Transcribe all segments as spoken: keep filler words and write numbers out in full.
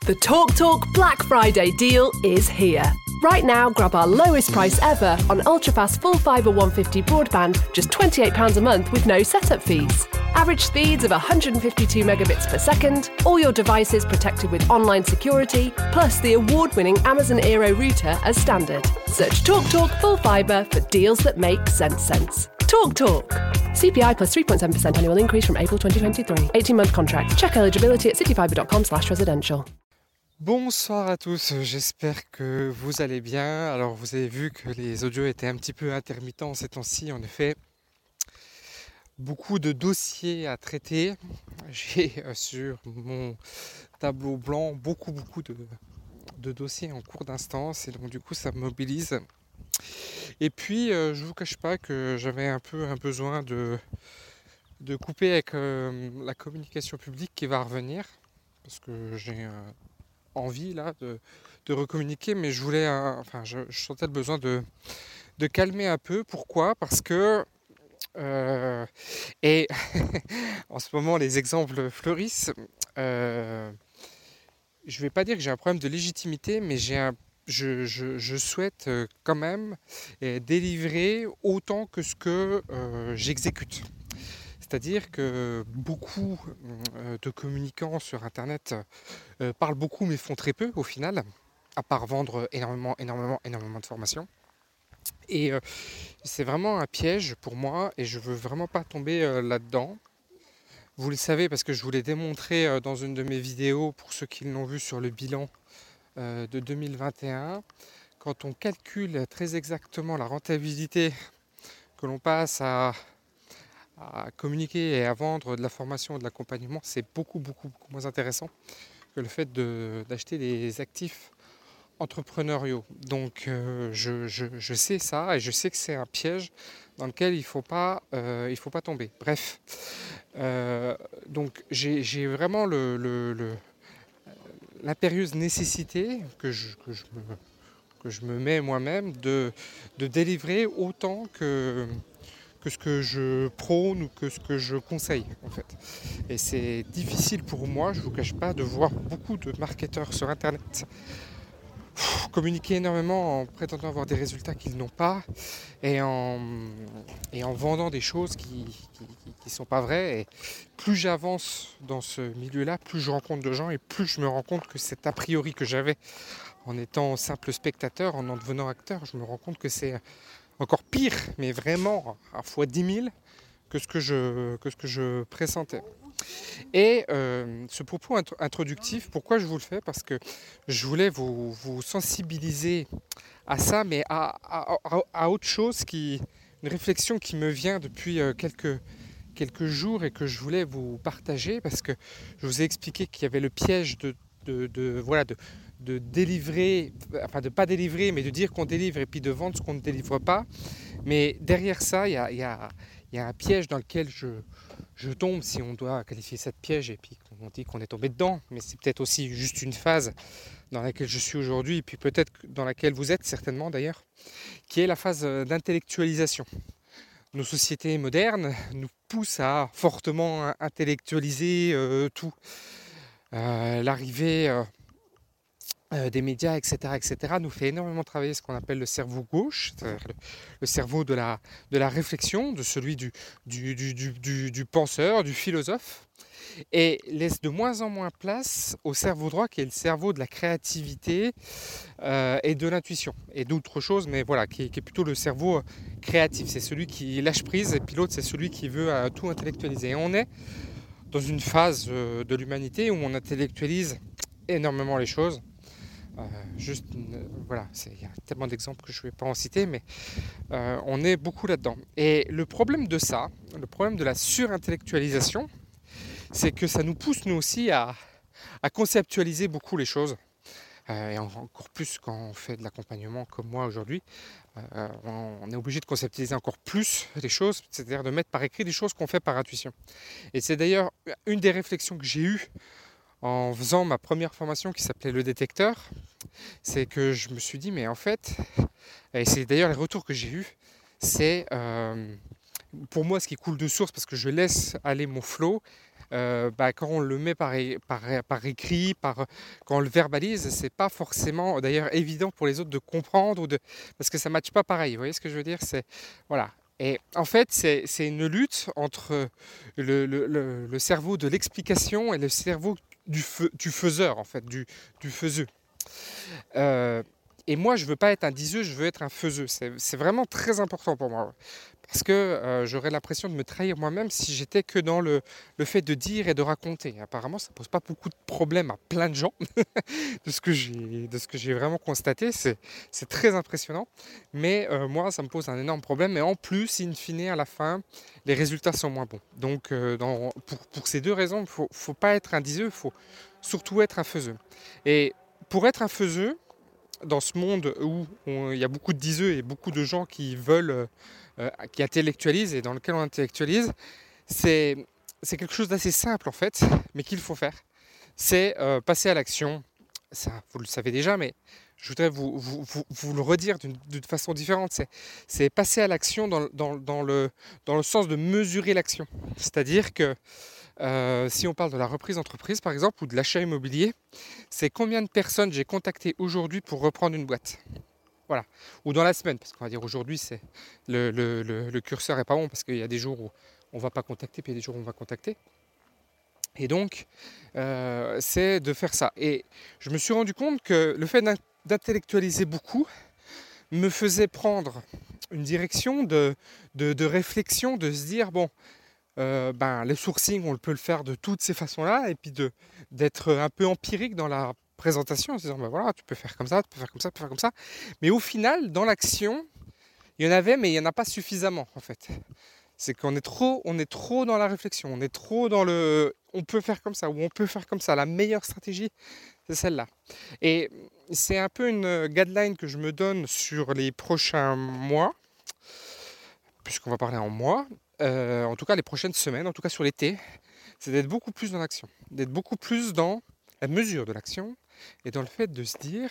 The TalkTalk Black Friday deal is here. Right now, grab our lowest price ever on ultra-fast full fibre one fifty broadband, just twenty-eight pounds a month with no setup fees. Average speeds of one hundred fifty-two megabits per second, all your devices protected with online security, plus the award-winning Amazon Aero router as standard. Search TalkTalk Full Fibre for deals that make sense sense. TalkTalk. C P I plus three point seven percent annual increase from April twenty twenty-three. eighteen-month contract. Check eligibility at cityfibre.com slash residential. Bonsoir à tous, j'espère que vous allez bien. Alors vous avez vu que les audios étaient un petit peu intermittents ces temps-ci, en effet. Beaucoup de dossiers à traiter. J'ai euh, sur mon tableau blanc beaucoup beaucoup de, de dossiers en cours d'instance et donc du coup ça me mobilise. Et puis euh, je vous cache pas que j'avais un peu un besoin de, de couper avec euh, la communication publique qui va revenir parce que j'ai euh, envie là de, de recommuniquer, mais je voulais euh, enfin je, je sentais le besoin de, de calmer un peu. Pourquoi ? Parce que euh, et en ce moment les exemples fleurissent. Euh, je vais pas dire que j'ai un problème de légitimité, mais j'ai un Je, je, je souhaite euh, quand même euh, délivrer autant que ce que euh, j'exécute. C'est-à-dire que beaucoup euh, de communicants sur Internet euh, parlent beaucoup mais font très peu au final, à part vendre énormément, énormément, énormément de formations. Et euh, c'est vraiment un piège pour moi et je veux vraiment pas tomber euh, là-dedans. Vous le savez parce que je vous l'ai démontré euh, dans une de mes vidéos pour ceux qui l'ont vu sur le bilan euh, de deux mille vingt et un. Quand on calcule très exactement la rentabilité que l'on passe à, à communiquer et à vendre de la formation et de l'accompagnement, c'est beaucoup, beaucoup, beaucoup moins intéressant que le fait de, d'acheter des actifs entrepreneuriaux. Donc euh, je, je, je sais ça et je sais que c'est un piège dans lequel il ne faut pas, euh, il faut pas tomber. Bref, euh, donc j'ai, j'ai vraiment le, le, le, l'impérieuse nécessité que je, que je me que je me mets moi-même de, de délivrer autant que, que ce que je prône ou que ce que je conseille en fait. Et c'est difficile pour moi, je ne vous cache pas, de voir beaucoup de marketeurs sur Internet pff, communiquer énormément en prétendant avoir des résultats qu'ils n'ont pas et en, et en vendant des choses qui ne sont pas vraies. Et plus j'avance dans ce milieu-là, plus je rencontre de gens et plus je me rends compte que cet a priori que j'avais en étant simple spectateur, en en devenant acteur, je me rends compte que c'est encore pire, mais vraiment à fois dix mille que ce que je, que ce que je pressentais. Et euh, ce propos int- introductif, pourquoi je vous le fais ? Parce que je voulais vous, vous sensibiliser à ça, mais à, à, à, à autre chose, qui, une réflexion qui me vient depuis euh, quelques, quelques jours et que je voulais vous partager, parce que je vous ai expliqué qu'il y avait le piège de, de, de, voilà, de, de délivrer, enfin de pas délivrer, mais de dire qu'on délivre et puis de vendre ce qu'on ne délivre pas. Mais derrière ça, il y a, il y a, il y a un piège dans lequel je, je tombe, si on doit qualifier ça de piège, et puis on dit qu'on est tombé dedans, mais c'est peut-être aussi juste une phase dans laquelle je suis aujourd'hui, et puis peut-être dans laquelle vous êtes certainement d'ailleurs, qui est la phase d'intellectualisation. Nos sociétés modernes nous poussent à fortement intellectualiser euh, tout. Euh, l'arrivée... Euh, Euh, des médias, et cetera, et cetera, nous fait énormément travailler ce qu'on appelle le cerveau gauche, c'est-à-dire le, le cerveau de la, de la réflexion, de celui du, du, du, du, du, du penseur, du philosophe, et laisse de moins en moins place au cerveau droit, qui est le cerveau de la créativité euh, et de l'intuition, et d'autres choses, mais voilà, qui, qui est plutôt le cerveau créatif. C'est celui qui lâche prise, et puis l'autre, c'est celui qui veut euh, tout intellectualiser. Et on est dans une phase euh, de l'humanité où on intellectualise énormément les choses. Euh, juste, euh, voilà, il y a tellement d'exemples que je ne vais pas en citer, mais euh, on est beaucoup là-dedans. Et le problème de ça, le problème de la surintellectualisation, c'est que ça nous pousse nous aussi à, à conceptualiser beaucoup les choses. Euh, et encore plus quand on fait de l'accompagnement comme moi aujourd'hui, euh, on, on est obligé de conceptualiser encore plus les choses, c'est-à-dire de mettre par écrit des choses qu'on fait par intuition. Et c'est d'ailleurs une des réflexions que j'ai eues en faisant ma première formation qui s'appelait le détecteur, c'est que je me suis dit, mais en fait, et c'est d'ailleurs les retours que j'ai eus, c'est euh, pour moi ce qui coule de source, parce que je laisse aller mon flow, euh, bah, quand on le met par, é- par, par écrit, par, quand on le verbalise, c'est pas forcément d'ailleurs évident pour les autres de comprendre ou de, parce que ça ne matche pas pareil. Vous voyez ce que je veux dire? C'est, voilà. Et en fait, c'est, c'est une lutte entre le, le- le- le cerveau de l'explication et le cerveau du, feu- du faiseur, en fait, du, du faiseux. Euh, et moi, je veux pas être un diseux, je veux être un faiseux. C'est, c'est vraiment très important pour moi. Parce que euh, j'aurais l'impression de me trahir moi-même si j'étais que dans le, le fait de dire et de raconter. Apparemment, ça pose pas beaucoup de problèmes à plein de gens, de ce que j'ai, de ce que j'ai vraiment constaté. C'est, c'est très impressionnant. Mais euh, moi, ça me pose un énorme problème. Et en plus, in fine, à la fin, les résultats sont moins bons. Donc, euh, dans- pour, pour ces deux raisons, il faut, faut pas être un diseux, il faut surtout être un faiseux. Et pour être un faiseux, dans ce monde où on- il y a beaucoup de diseux et beaucoup de gens qui veulent, euh, euh, qui intellectualisent et dans lequel on intellectualise, c'est, c'est quelque chose d'assez simple en fait, mais qu'il faut faire. C'est euh, passer à l'action. Ça, vous le savez déjà, mais je voudrais vous, vous, vous- vous le redire d'une, d'une façon différente. C'est, c'est passer à l'action dans, dans- dans le, dans le sens de mesurer l'action. C'est-à-dire que euh, si on parle de la reprise d'entreprise par exemple ou de l'achat immobilier, c'est combien de personnes j'ai contactées aujourd'hui pour reprendre une boîte. Voilà. Ou dans la semaine, parce qu'on va dire aujourd'hui, c'est le, le- le- le curseur est pas bon, parce qu'il y a des jours où on ne va pas contacter, puis il y a des jours où on va contacter. Et donc, euh, c'est de faire ça. Et je me suis rendu compte que le fait d'in- d'intellectualiser beaucoup me faisait prendre une direction de, de, de réflexion, de se dire, bon, euh, ben, le sourcing, on peut le faire de toutes ces façons-là, et puis de, d'être un peu empirique dans la présentation, en se disant, ben voilà, tu peux faire comme ça, tu peux faire comme ça, tu peux faire comme ça. Mais au final, dans l'action, il y en avait, mais il n'y en a pas suffisamment, en fait. C'est qu'on est trop, on est trop dans la réflexion, on est trop dans le, on peut faire comme ça, ou on peut faire comme ça. La meilleure stratégie, c'est celle-là. Et c'est un peu une guideline que je me donne sur les prochains mois, puisqu'on va parler en mois, euh, en tout cas les prochaines semaines, en tout cas sur l'été, c'est d'être beaucoup plus dans l'action, d'être beaucoup plus dans la mesure de l'action et dans le fait de se dire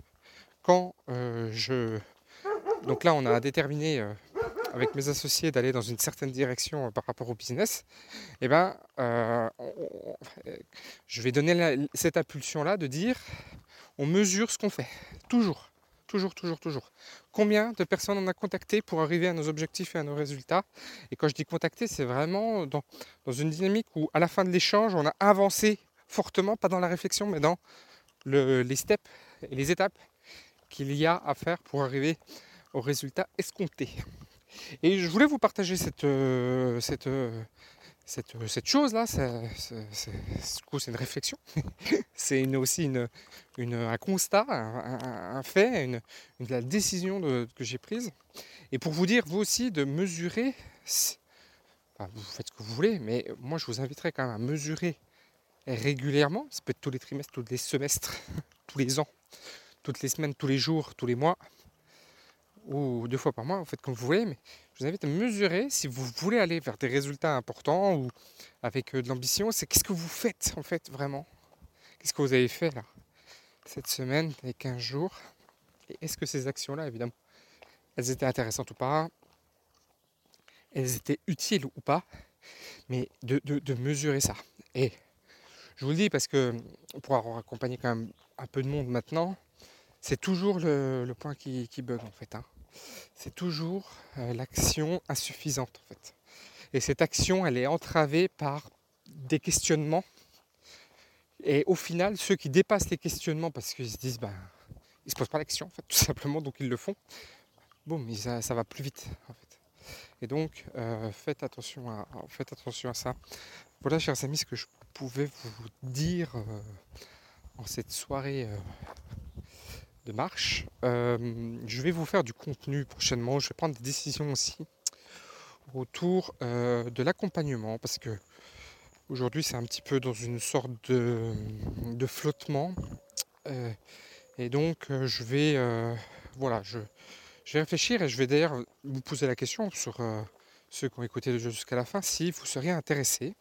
quand euh, je... Donc là on a déterminé euh, avec mes associés d'aller dans une certaine direction euh, par rapport au business, et ben euh, on- on- je vais donner la- cette impulsion-là de dire on mesure ce qu'on fait, toujours. Toujours, toujours, toujours. Combien de personnes on a contacté pour arriver à nos objectifs et à nos résultats? Et quand je dis contacter, c'est vraiment dans, dans une dynamique où, à la fin de l'échange, on a avancé fortement, pas dans la réflexion, mais dans le- les steps et les étapes qu'il y a à faire pour arriver au résultat escompté. Et je voulais vous partager cette, euh, cette, euh, cette, euh, cette chose-là. C'est, c'est, c'est, du coup, c'est une réflexion. C'est une- aussi une, une- un constat, un, un- un fait, une, une- la décision de- que j'ai prise. Et pour vous dire, vous aussi, de mesurer, si- enfin, vous faites ce que vous voulez, mais moi je vous inviterai quand même à mesurer régulièrement, ça peut être tous les trimestres, tous les semestres, tous les ans, toutes les semaines, tous les jours, tous les mois, ou deux fois par mois, vous faites comme vous voulez, mais je vous invite à mesurer si vous voulez aller vers des résultats importants ou avec euh, de l'ambition, c'est qu'est-ce que vous faites en fait vraiment. Qu'est-ce que vous avez fait là cette semaine, les quinze jours? Et est-ce que ces actions-là, évidemment, elles étaient intéressantes ou pas? Elles étaient utiles ou pas? Mais de, de- de mesurer ça. Et je vous le dis parce que pour avoir accompagné quand même un peu de monde maintenant, c'est toujours le, le point qui, qui bug en fait, hein. C'est toujours euh, l'action insuffisante en fait. Et cette action, elle est entravée par des questionnements. Et au final, ceux qui dépassent les questionnements parce qu'ils se disent, ben, ils se posent pas l'action en fait, tout simplement, donc ils le font. Bon, mais ça, ça va plus vite en fait. Et donc, euh, faites attention à, faites attention à ça. Voilà, chers amis, ce que je pouvais vous dire euh, en cette soirée euh, de marche. Euh, je vais vous faire du contenu prochainement. Je vais prendre des décisions aussi autour euh, de l'accompagnement parce que aujourd'hui, c'est un petit peu dans une sorte de, de flottement. Euh, et donc, euh, je vais, euh, voilà, je, je vais réfléchir et je vais d'ailleurs vous poser la question sur euh, ceux qui ont écouté le jeu jusqu'à la fin, si vous seriez intéressé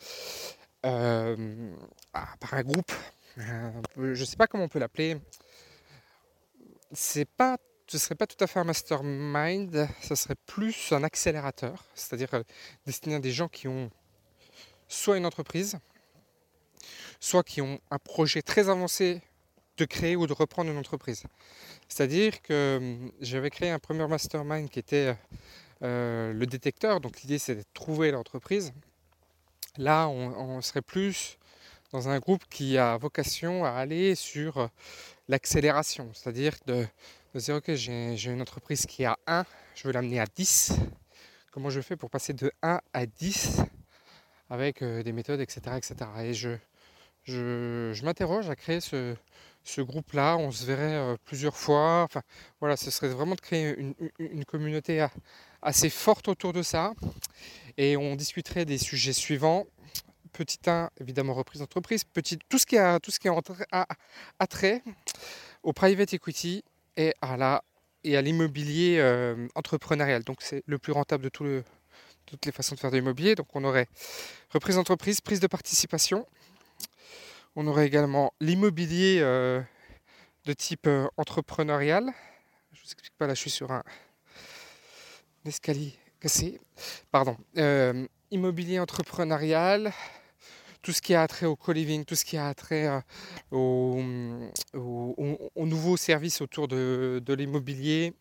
euh, ah, par un groupe. Euh, je ne sais pas comment on peut l'appeler. C'est pas, ce serait pas tout à fait un mastermind, ce serait plus un accélérateur, c'est-à-dire euh, destiné à des gens qui ont soit une entreprise, soit qui ont un projet très avancé de créer ou de reprendre une entreprise. C'est-à-dire que j'avais créé un premier mastermind qui était euh, le détecteur. Donc l'idée, c'est de trouver l'entreprise. Là, on, on serait plus dans un groupe qui a vocation à aller sur l'accélération. C'est-à-dire de, de dire, ok, j'ai, j'ai une entreprise qui est à un, je veux l'amener à dix. Comment je fais pour passer de un à dix avec euh, des méthodes, et cetera, et cetera. Et je, je, je m'interroge à créer ce, ce groupe-là. On se verrait euh, plusieurs fois. Enfin, voilà, ce serait vraiment de créer une, une, une communauté à, assez forte autour de ça. Et on discuterait des sujets suivants. Petit un, évidemment, reprise d'entreprise. Petit, tout ce qui a, tout ce qui a, a, a trait au private equity et à la et à l'immobilier euh, entrepreneurial. Donc c'est le plus rentable de tout le, toutes les façons de faire de l'immobilier. Donc on aurait reprise d'entreprise, prise de participation. On aurait également l'immobilier euh, de type euh, entrepreneurial. Je ne vous explique pas, là je suis sur un, un escalier cassé. Pardon. Euh, immobilier entrepreneurial. Tout ce qui a trait au co-living, tout ce qui a trait euh, aux, aux, aux nouveaux services autour de, de l'immobilier,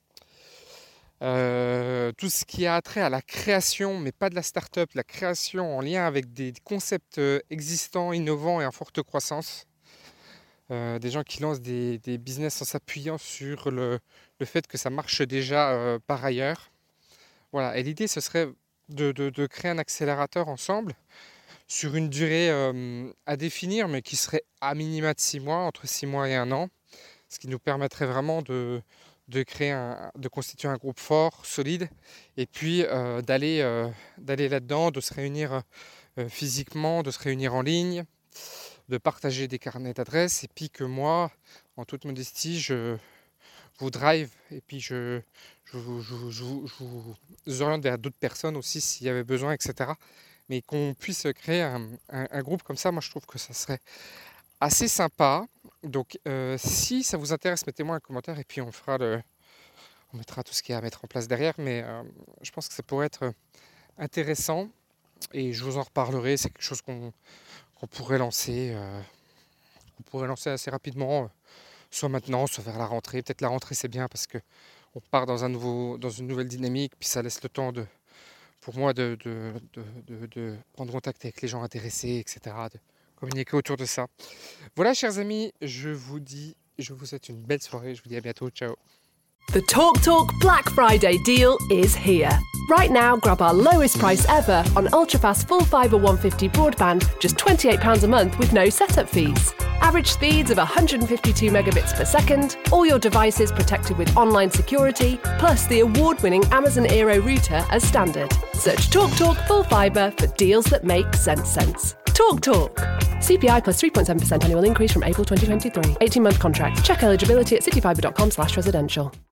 euh, tout ce qui a trait à la création, mais pas de la start-up, la création en lien avec des concepts existants, innovants et en forte croissance. Euh, des gens qui lancent des, des business en s'appuyant sur le, le fait que ça marche déjà euh, par ailleurs. Voilà. Et l'idée, ce serait de, de, de créer un accélérateur ensemble, sur une durée euh, à définir, mais qui serait à minima de six mois, entre six mois et un an, ce qui nous permettrait vraiment de, de créer un, de constituer un groupe fort, solide, et puis euh, d'aller, euh, d'aller là-dedans, de se réunir euh, physiquement, de se réunir en ligne, de partager des carnets d'adresses, et puis que moi, en toute modestie, je vous drive, et puis je, je, je, je, je, je vous oriente vers d'autres personnes aussi s'il y avait besoin, et cetera. Mais qu'on puisse créer un, un, un groupe comme ça, moi je trouve que ça serait assez sympa. Donc euh, si ça vous intéresse, mettez-moi un commentaire et puis on fera le, on mettra tout ce qu'il y a à mettre en place derrière. Mais euh, je pense que ça pourrait être intéressant et je vous en reparlerai. C'est quelque chose qu'on, qu'on pourrait lancer, euh, qu'on pourrait lancer assez rapidement, euh, soit maintenant, soit vers la rentrée. Peut-être la rentrée c'est bien parce que on part dans un nouveau, dans une nouvelle dynamique, puis ça laisse le temps de pour moi de, de, de, de, de prendre contact avec les gens intéressés, et cetera, de communiquer autour de ça. Voilà, chers amis, je vous dis, je vous souhaite une belle soirée, je vous dis à bientôt, ciao. The TalkTalk Black Friday deal is here. Right now, grab our lowest price ever on ultrafast full fibre one fifty broadband, just twenty-eight pounds a month with no setup fees. Average speeds of one hundred fifty-two megabits per second, all your devices protected with online security, plus the award-winning Amazon Aero router as standard. Search TalkTalk Full Fibre for deals that make sense sense. TalkTalk. C P I plus three point seven percent annual increase from April twenty twenty-three. eighteen-month contract. Check eligibility at cityfibre dot com slash residential.